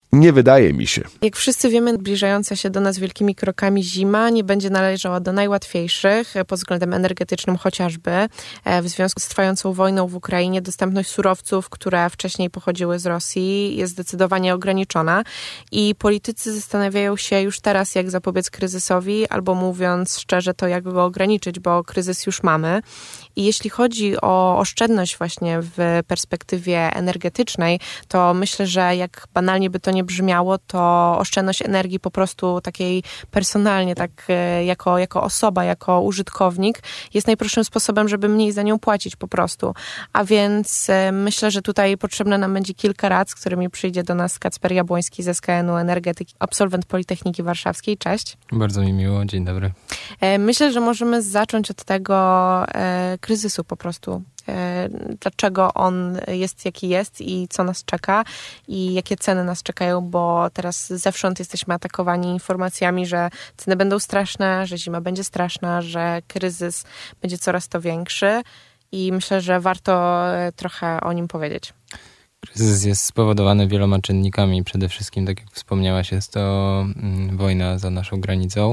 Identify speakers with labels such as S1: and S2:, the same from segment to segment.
S1: Nie wydaje mi się.
S2: Jak wszyscy wiemy, zbliżająca się do nas wielkimi krokami zima nie będzie należała do najłatwiejszych pod względem energetycznym chociażby. W związku z trwającą wojną w Ukrainie dostępność surowców, które wcześniej pochodziły z Rosji, jest zdecydowanie ograniczona i politycy zastanawiają się już teraz, jak zapobiec kryzysowi, albo mówiąc szczerze, to jak go ograniczyć, bo kryzys już mamy. I jeśli chodzi o oszczędność właśnie w perspektywie energetycznej, to myślę, że jak banalnie by to nie brzmiało, to oszczędność energii po prostu takiej personalnie, tak jako osoba, jako użytkownik jest najprostszym sposobem, żeby mniej za nią płacić po prostu. A więc myślę, że tutaj potrzebne nam będzie kilka rad, z którymi przyjdzie do nas Kacper Jabłoński z SKN-u Energetyki, absolwent Politechniki Warszawskiej. Cześć.
S3: Bardzo mi miło, dzień dobry.
S2: Myślę, że możemy zacząć od tego kryzysu po prostu. Dlaczego on jest jaki jest i co nas czeka i jakie ceny nas czekają, bo teraz zewsząd jesteśmy atakowani informacjami, że ceny będą straszne, że zima będzie straszna, że kryzys będzie coraz to większy i myślę, że warto trochę o nim powiedzieć.
S3: Kryzys jest spowodowany wieloma czynnikami. Przede wszystkim, tak jak wspomniałaś, jest to wojna za naszą granicą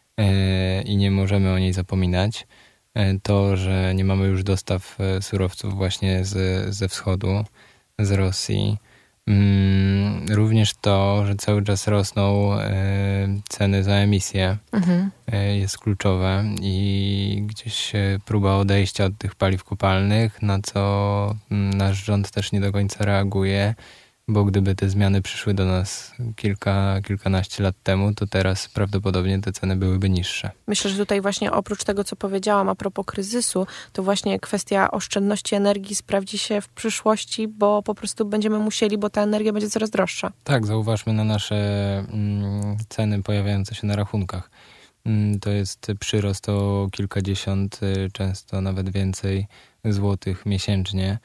S3: i nie możemy o niej zapominać. To, że nie mamy już dostaw surowców właśnie ze wschodu, z Rosji. Również to, że cały czas rosną ceny za emisję jest kluczowe i gdzieś próba odejścia od tych paliw kopalnych, na co nasz rząd też nie do końca reaguje, bo gdyby te zmiany przyszły do nas kilkanaście lat temu, to teraz prawdopodobnie te ceny byłyby niższe.
S2: Myślę, że tutaj właśnie oprócz tego, co powiedziałam a propos kryzysu, to właśnie kwestia oszczędności energii sprawdzi się w przyszłości, bo po prostu będziemy musieli, bo ta energia będzie coraz droższa.
S3: Tak, zauważmy na nasze ceny pojawiające się na rachunkach. To jest przyrost o kilkadziesiąt, często nawet więcej złotych miesięcznie.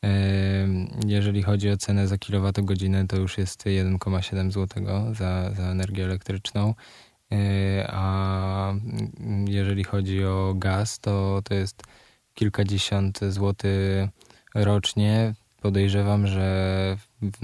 S3: Jeżeli chodzi o cenę za kilowatogodzinę, to już jest 1,7 zł za energię elektryczną, a jeżeli chodzi o gaz, to jest kilkadziesiąt złotych rocznie. Podejrzewam, że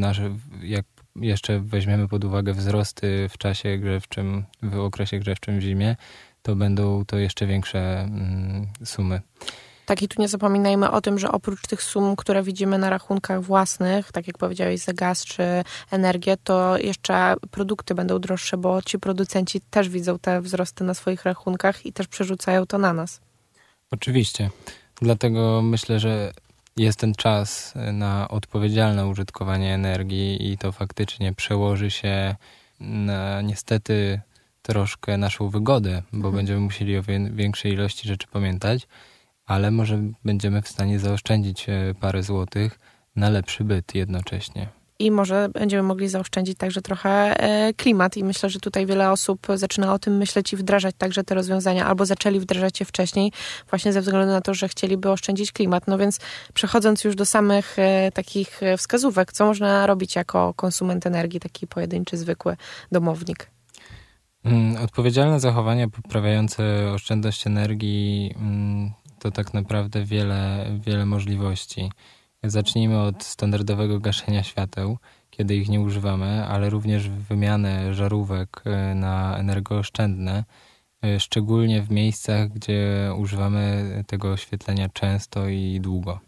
S3: jak jeszcze weźmiemy pod uwagę wzrosty w czasie grzewczym, w okresie grzewczym w zimie, to będą to jeszcze większe sumy.
S2: Tak, i tu nie zapominajmy o tym, że oprócz tych sum, które widzimy na rachunkach własnych, tak jak powiedziałeś, za gaz czy energię, to jeszcze produkty będą droższe, bo ci producenci też widzą te wzrosty na swoich rachunkach i też przerzucają to na nas.
S3: Oczywiście. Dlatego myślę, że jest ten czas na odpowiedzialne użytkowanie energii i to faktycznie przełoży się na niestety troszkę naszą wygodę, bo będziemy musieli o większej ilości rzeczy pamiętać, ale może będziemy w stanie zaoszczędzić parę złotych na lepszy byt jednocześnie.
S2: I może będziemy mogli zaoszczędzić także trochę klimat i myślę, że tutaj wiele osób zaczyna o tym myśleć i wdrażać także te rozwiązania, albo zaczęli wdrażać je wcześniej właśnie ze względu na to, że chcieliby oszczędzić klimat. No więc przechodząc już do samych takich wskazówek, co można robić jako konsument energii, taki pojedynczy, zwykły domownik?
S3: Odpowiedzialne zachowania poprawiające oszczędność energii to tak naprawdę wiele możliwości. Zacznijmy od standardowego gaszenia świateł, kiedy ich nie używamy, ale również wymianę żarówek na energooszczędne, szczególnie w miejscach, gdzie używamy tego oświetlenia często i długo.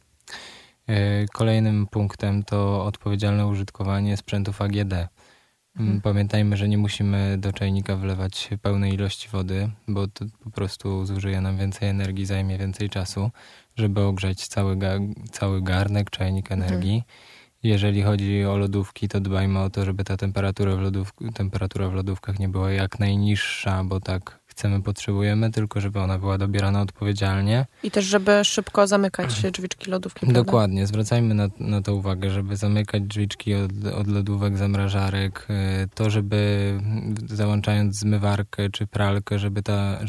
S3: Kolejnym punktem to odpowiedzialne użytkowanie sprzętów AGD. Pamiętajmy, że nie musimy do czajnika wlewać pełnej ilości wody, bo to po prostu zużyje nam więcej energii, zajmie więcej czasu, żeby ogrzać cały garnek, czajnik energii. Jeżeli chodzi o lodówki, to dbajmy o to, żeby ta temperatura w lodówkach nie była jak najniższa, bo tak potrzebujemy, tylko żeby ona była dobierana odpowiedzialnie.
S2: I też, żeby szybko zamykać drzwiczki lodówki, prawda?
S3: Dokładnie. Zwracajmy na to uwagę, żeby zamykać drzwiczki od lodówek, zamrażarek. To, żeby załączając zmywarkę czy pralkę, żeby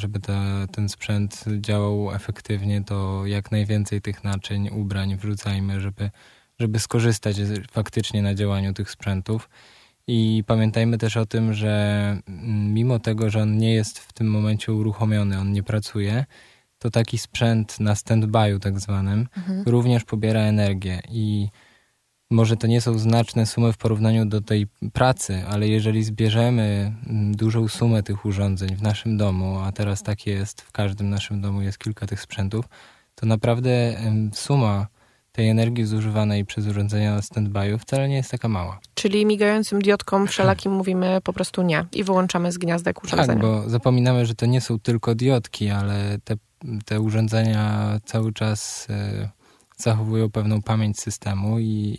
S3: ten sprzęt działał efektywnie, to jak najwięcej tych naczyń, ubrań wrzucajmy, żeby skorzystać faktycznie na działaniu tych sprzętów. I pamiętajmy też o tym, że mimo tego, że on nie jest w tym momencie uruchomiony, on nie pracuje, to taki sprzęt na stand-by'u tak zwanym również pobiera energię i Może to nie są znaczne sumy w porównaniu do tej pracy, ale jeżeli zbierzemy dużą sumę tych urządzeń w naszym domu, a teraz tak jest, w każdym naszym domu jest kilka tych sprzętów, to naprawdę suma tej energii zużywanej przez urządzenia na stand-by'u wcale nie jest taka mała.
S2: Czyli migającym diodkom wszelakim mówimy po prostu nie i wyłączamy z gniazdek urządzenia.
S3: Tak, bo zapominamy, że to nie są tylko diodki, ale te urządzenia cały czas zachowują pewną pamięć systemu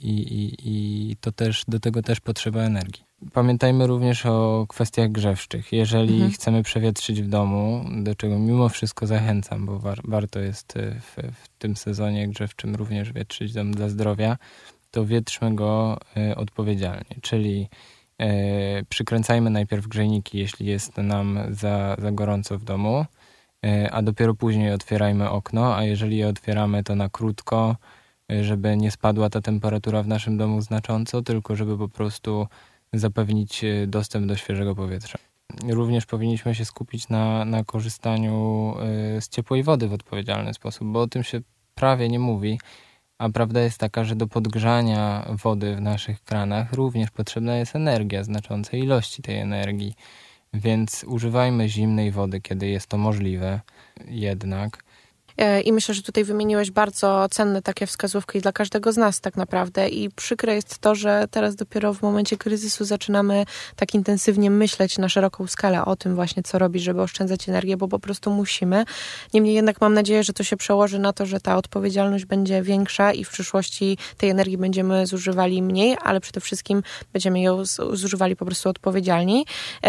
S3: i to też, do tego też potrzeba energii. Pamiętajmy również o kwestiach grzewczych. Jeżeli chcemy przewietrzyć w domu, do czego mimo wszystko zachęcam, bo warto jest w tym sezonie grzewczym również wietrzyć dom dla zdrowia, to wietrzmy go odpowiedzialnie. Czyli przykręcajmy najpierw grzejniki, jeśli jest nam za gorąco w domu, a dopiero później otwierajmy okno, a jeżeli je otwieramy, to na krótko, żeby nie spadła ta temperatura w naszym domu znacząco, tylko żeby po prostu zapewnić dostęp do świeżego powietrza. Również powinniśmy się skupić na korzystaniu z ciepłej wody w odpowiedzialny sposób, bo o tym się prawie nie mówi, a prawda jest taka, że do podgrzania wody w naszych kranach również potrzebna jest energia, znaczące ilości tej energii. Więc używajmy zimnej wody, kiedy jest to możliwe jednak.
S2: I myślę, że tutaj wymieniłeś bardzo cenne takie wskazówki dla każdego z nas tak naprawdę i przykre jest to, że teraz dopiero w momencie kryzysu zaczynamy tak intensywnie myśleć na szeroką skalę o tym właśnie, co robić, żeby oszczędzać energię, bo po prostu musimy. Niemniej jednak mam nadzieję, że to się przełoży na to, że ta odpowiedzialność będzie większa i w przyszłości tej energii będziemy zużywali mniej, ale przede wszystkim będziemy ją zużywali po prostu odpowiedzialni.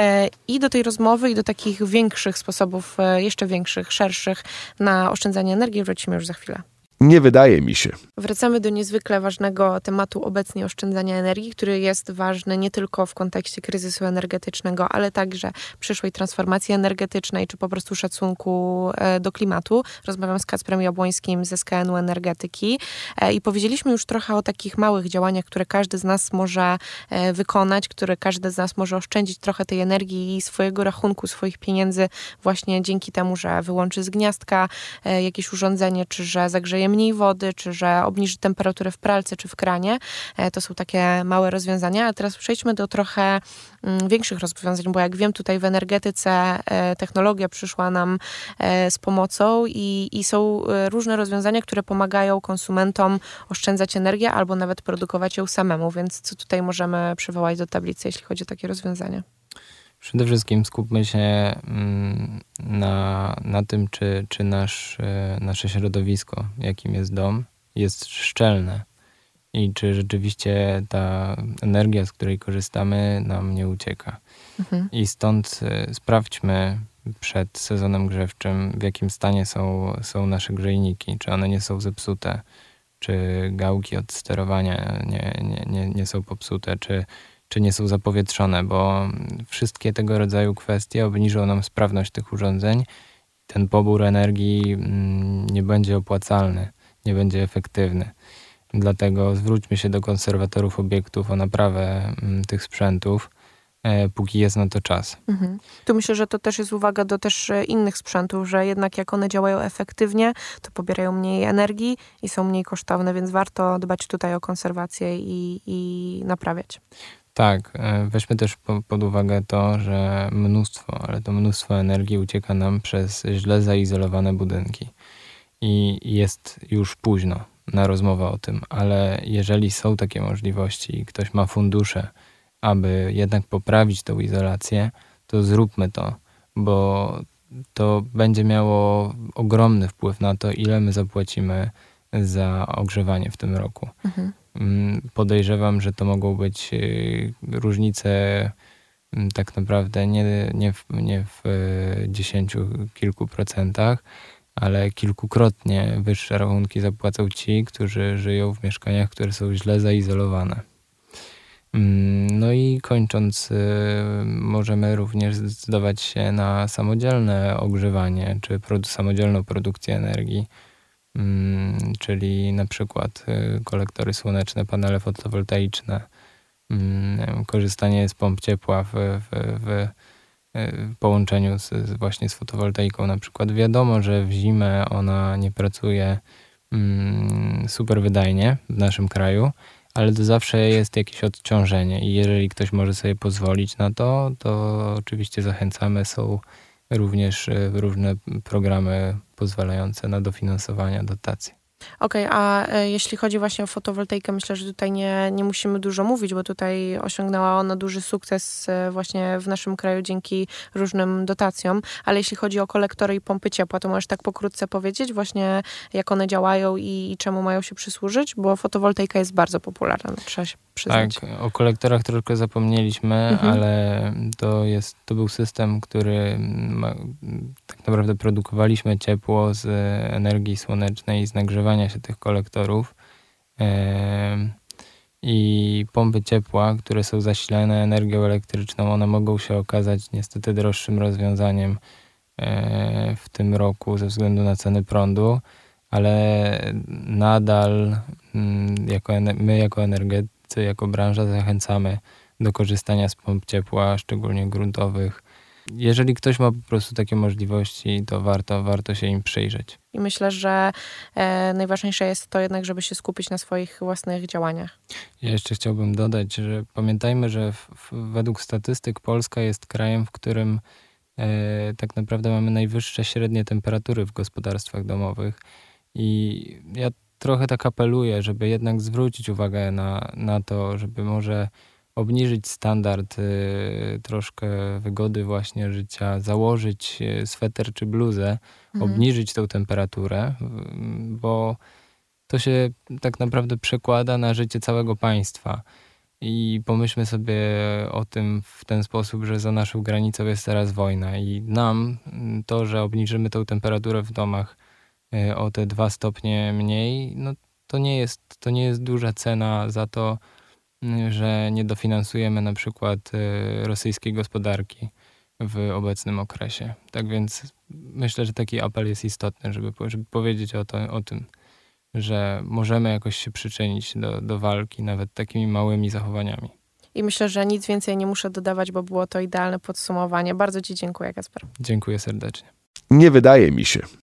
S2: I do tej rozmowy i do takich większych sposobów, jeszcze większych, szerszych na oszczędzanie energii wrócimy już za chwilę.
S1: Nie wydaje mi się.
S2: Wracamy do niezwykle ważnego tematu obecnie oszczędzania energii, który jest ważny nie tylko w kontekście kryzysu energetycznego, ale także przyszłej transformacji energetycznej, czy po prostu szacunku do klimatu. Rozmawiam z Kacprem Jabłońskim ze SKN-u Energetyki i powiedzieliśmy już trochę o takich małych działaniach, które każdy z nas może wykonać, które każdy z nas może oszczędzić trochę tej energii i swojego rachunku, swoich pieniędzy właśnie dzięki temu, że wyłączy z gniazdka jakieś urządzenie, czy że zagrzeje mniej wody, czy że obniży temperaturę w pralce, czy w kranie. To są takie małe rozwiązania. A teraz przejdźmy do trochę większych rozwiązań, bo jak wiem, tutaj w energetyce technologia przyszła nam z pomocą i są różne rozwiązania, które pomagają konsumentom oszczędzać energię albo nawet produkować ją samemu. Więc co tutaj możemy przywołać do tablicy, jeśli chodzi o takie rozwiązania?
S3: Przede wszystkim skupmy się na tym, czy nasze środowisko, jakim jest dom, jest szczelne i czy rzeczywiście ta energia, z której korzystamy, nam nie ucieka. I stąd sprawdźmy przed sezonem grzewczym, w jakim stanie są nasze grzejniki, czy one nie są zepsute, czy gałki od sterowania nie są popsute, czy nie są zapowietrzone, bo wszystkie tego rodzaju kwestie obniżą nam sprawność tych urządzeń. Ten pobór energii nie będzie opłacalny, nie będzie efektywny. Dlatego zwróćmy się do konserwatorów obiektów o naprawę tych sprzętów, póki jest na to czas.
S2: Tu myślę, że to też jest uwaga do też innych sprzętów, że jednak jak one działają efektywnie, to pobierają mniej energii i są mniej kosztowne, więc warto dbać tutaj o konserwację i naprawiać.
S3: Tak, weźmy też pod uwagę to, że mnóstwo energii ucieka nam przez źle zaizolowane budynki. I jest już późno na rozmowę o tym, ale jeżeli są takie możliwości i ktoś ma fundusze, aby jednak poprawić tą izolację, to zróbmy to, bo to będzie miało ogromny wpływ na to, ile my zapłacimy za ogrzewanie w tym roku. Podejrzewam, że to mogą być różnice tak naprawdę nie w 10 kilku procentach, ale kilkukrotnie wyższe rachunki zapłacą ci, którzy żyją w mieszkaniach, które są źle zaizolowane. No i kończąc, możemy również zdecydować się na samodzielne ogrzewanie, czy samodzielną produkcję energii, czyli na przykład kolektory słoneczne, panele fotowoltaiczne, korzystanie z pomp ciepła w połączeniu właśnie z fotowoltaiką. Na przykład wiadomo, że w zimę ona nie pracuje super wydajnie w naszym kraju, ale to zawsze jest jakieś odciążenie i jeżeli ktoś może sobie pozwolić na to, to oczywiście zachęcamy. Są również różne programy pozwalające na dofinansowania, dotacje.
S2: Okej, a jeśli chodzi właśnie o fotowoltaikę, myślę, że tutaj nie musimy dużo mówić, bo tutaj osiągnęła ona duży sukces właśnie w naszym kraju dzięki różnym dotacjom, ale jeśli chodzi o kolektory i pompy ciepła, to możesz tak pokrótce powiedzieć właśnie, jak one działają i czemu mają się przysłużyć, bo fotowoltaika jest bardzo popularna, trzeba się przyznać.
S3: Tak, o kolektorach troszkę zapomnieliśmy, ale to był system, który tak naprawdę produkowaliśmy ciepło z energii słonecznej i z nagrzewania się tych kolektorów. I pompy ciepła, które są zasilane energią elektryczną, one mogą się okazać niestety droższym rozwiązaniem w tym roku ze względu na ceny prądu, ale nadal my jako energetycy, jako branża zachęcamy do korzystania z pomp ciepła, szczególnie gruntowych. Jeżeli ktoś ma po prostu takie możliwości, to warto się im przyjrzeć.
S2: I myślę, że najważniejsze jest to jednak, żeby się skupić na swoich własnych działaniach.
S3: Ja jeszcze chciałbym dodać, że pamiętajmy, że według statystyk Polska jest krajem, w którym tak naprawdę mamy najwyższe średnie temperatury w gospodarstwach domowych. I ja trochę tak apeluję, żeby jednak zwrócić uwagę na to, żeby może obniżyć standard troszkę wygody właśnie życia, założyć sweter czy bluzę, obniżyć tą temperaturę, bo to się tak naprawdę przekłada na życie całego państwa. I pomyślmy sobie o tym w ten sposób, że za naszą granicą jest teraz wojna i nam to, że obniżymy tą temperaturę w domach o te 2 stopnie mniej, no to nie jest duża cena za to, że nie dofinansujemy na przykład rosyjskiej gospodarki w obecnym okresie. Tak więc myślę, że taki apel jest istotny, żeby powiedzieć o tym, że możemy jakoś się przyczynić do walki nawet takimi małymi zachowaniami.
S2: I myślę, że nic więcej nie muszę dodawać, bo było to idealne podsumowanie. Bardzo Ci dziękuję, Kacper.
S3: Dziękuję serdecznie.
S1: Nie wydaje mi się.